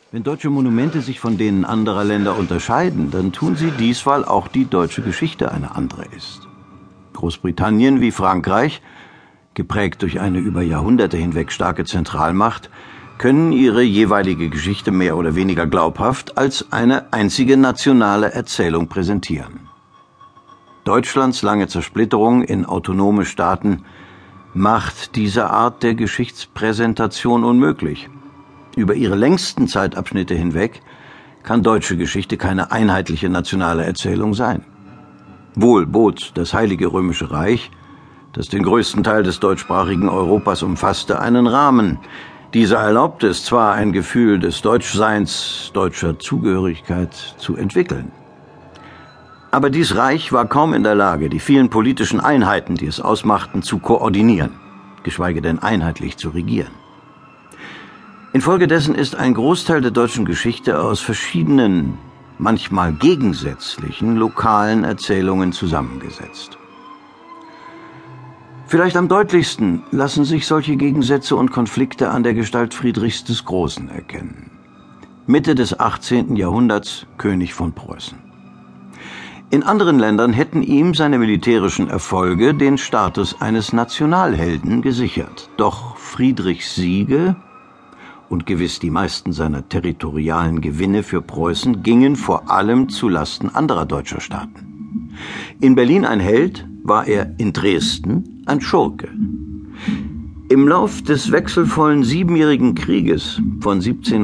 Wenn deutsche Monumente sich von denen anderer Länder unterscheiden, dann tun sie dies, weil auch die deutsche Geschichte eine andere ist. Großbritannien wie Frankreich, geprägt durch eine über Jahrhunderte hinweg starke Zentralmacht, können ihre jeweilige Geschichte mehr oder weniger glaubhaft als eine einzige nationale Erzählung präsentieren. Deutschlands lange Zersplitterung in autonome Staaten macht diese Art der Geschichtspräsentation unmöglich. Über ihre längsten Zeitabschnitte hinweg kann deutsche Geschichte keine einheitliche nationale Erzählung sein. Wohl bot das Heilige Römische Reich, das den größten Teil des deutschsprachigen Europas umfasste, einen Rahmen. Dieser erlaubte es zwar, ein Gefühl des Deutschseins, deutscher Zugehörigkeit zu entwickeln. Aber dies Reich war kaum in der Lage, die vielen politischen Einheiten, die es ausmachten, zu koordinieren, geschweige denn einheitlich zu regieren. Infolgedessen ist ein Großteil der deutschen Geschichte aus verschiedenen, manchmal gegensätzlichen, lokalen Erzählungen zusammengesetzt. Vielleicht am deutlichsten lassen sich solche Gegensätze und Konflikte an der Gestalt Friedrichs des Großen erkennen. Mitte des 18. Jahrhunderts König von Preußen. In anderen Ländern hätten ihm seine militärischen Erfolge den Status eines Nationalhelden gesichert. Doch Friedrichs Siege und gewiss die meisten seiner territorialen Gewinne für Preußen gingen vor allem zu Lasten anderer deutscher Staaten. In Berlin ein Held, war er in Dresden ein Schurke. Im Lauf des wechselvollen Siebenjährigen Krieges von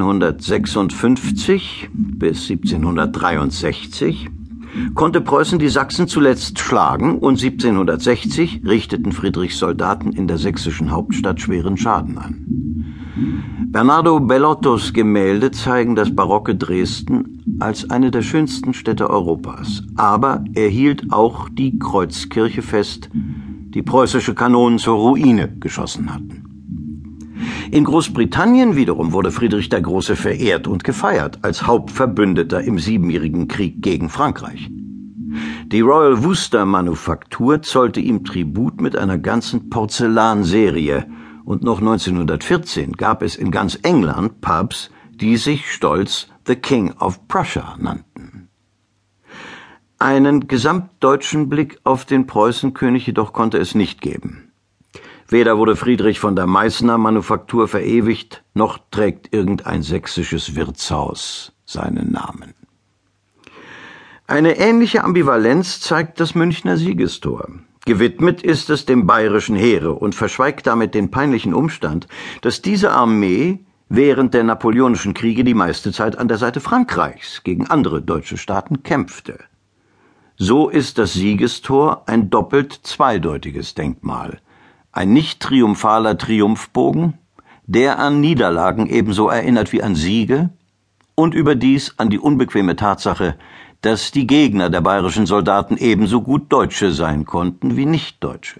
1756 bis 1763 konnte Preußen die Sachsen zuletzt schlagen und 1760 richteten Friedrichs Soldaten in der sächsischen Hauptstadt schweren Schaden an. Bernardo Bellottos Gemälde zeigen das barocke Dresden als eine der schönsten Städte Europas. Aber er hielt auch die Kreuzkirche fest, die preußische Kanonen zur Ruine geschossen hatten. In Großbritannien wiederum wurde Friedrich der Große verehrt und gefeiert als Hauptverbündeter im Siebenjährigen Krieg gegen Frankreich. Die Royal Worcester Manufaktur zollte ihm Tribut mit einer ganzen Porzellanserie, und noch 1914 gab es in ganz England Pubs, die sich stolz The King of Prussia nannten. Einen gesamtdeutschen Blick auf den Preußenkönig jedoch konnte es nicht geben. Weder wurde Friedrich von der Meißner Manufaktur verewigt, noch trägt irgendein sächsisches Wirtshaus seinen Namen. Eine ähnliche Ambivalenz zeigt das Münchner Siegestor. Gewidmet ist es dem bayerischen Heere und verschweigt damit den peinlichen Umstand, dass diese Armee während der Napoleonischen Kriege die meiste Zeit an der Seite Frankreichs gegen andere deutsche Staaten kämpfte. So ist das Siegestor ein doppelt zweideutiges Denkmal. Ein nicht triumphaler Triumphbogen, der an Niederlagen ebenso erinnert wie an Siege und überdies an die unbequeme Tatsache, dass die Gegner der bayerischen Soldaten ebenso gut Deutsche sein konnten wie Nichtdeutsche.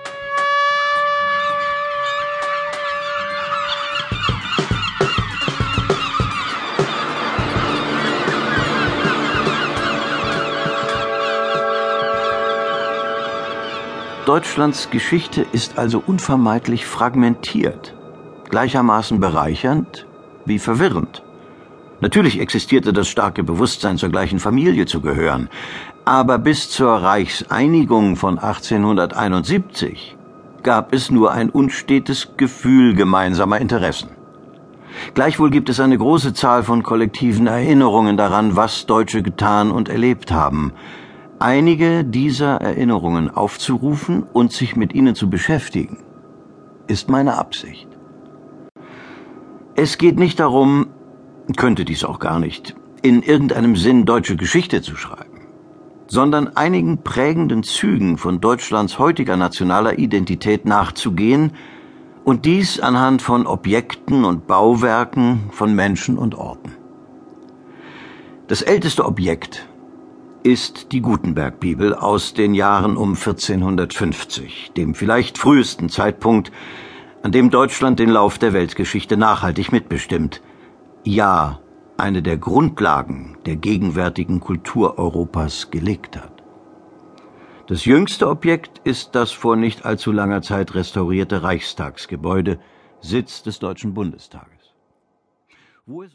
Deutschlands Geschichte ist also unvermeidlich fragmentiert, gleichermaßen bereichernd wie verwirrend. Natürlich existierte das starke Bewusstsein, zur gleichen Familie zu gehören, aber bis zur Reichseinigung von 1871 gab es nur ein unstetes Gefühl gemeinsamer Interessen. Gleichwohl gibt es eine große Zahl von kollektiven Erinnerungen daran, was Deutsche getan und erlebt haben. Einige dieser Erinnerungen aufzurufen und sich mit ihnen zu beschäftigen, ist meine Absicht. Es geht nicht darum, könnte dies auch gar nicht, in irgendeinem Sinn deutsche Geschichte zu schreiben, sondern einigen prägenden Zügen von Deutschlands heutiger nationaler Identität nachzugehen und dies anhand von Objekten und Bauwerken, von Menschen und Orten. Das älteste Objekt ist die Gutenberg-Bibel aus den Jahren um 1450, dem vielleicht frühesten Zeitpunkt, an dem Deutschland den Lauf der Weltgeschichte nachhaltig mitbestimmt, ja, eine der Grundlagen der gegenwärtigen Kultur Europas gelegt hat. Das jüngste Objekt ist das vor nicht allzu langer Zeit restaurierte Reichstagsgebäude, Sitz des Deutschen Bundestages. Wo es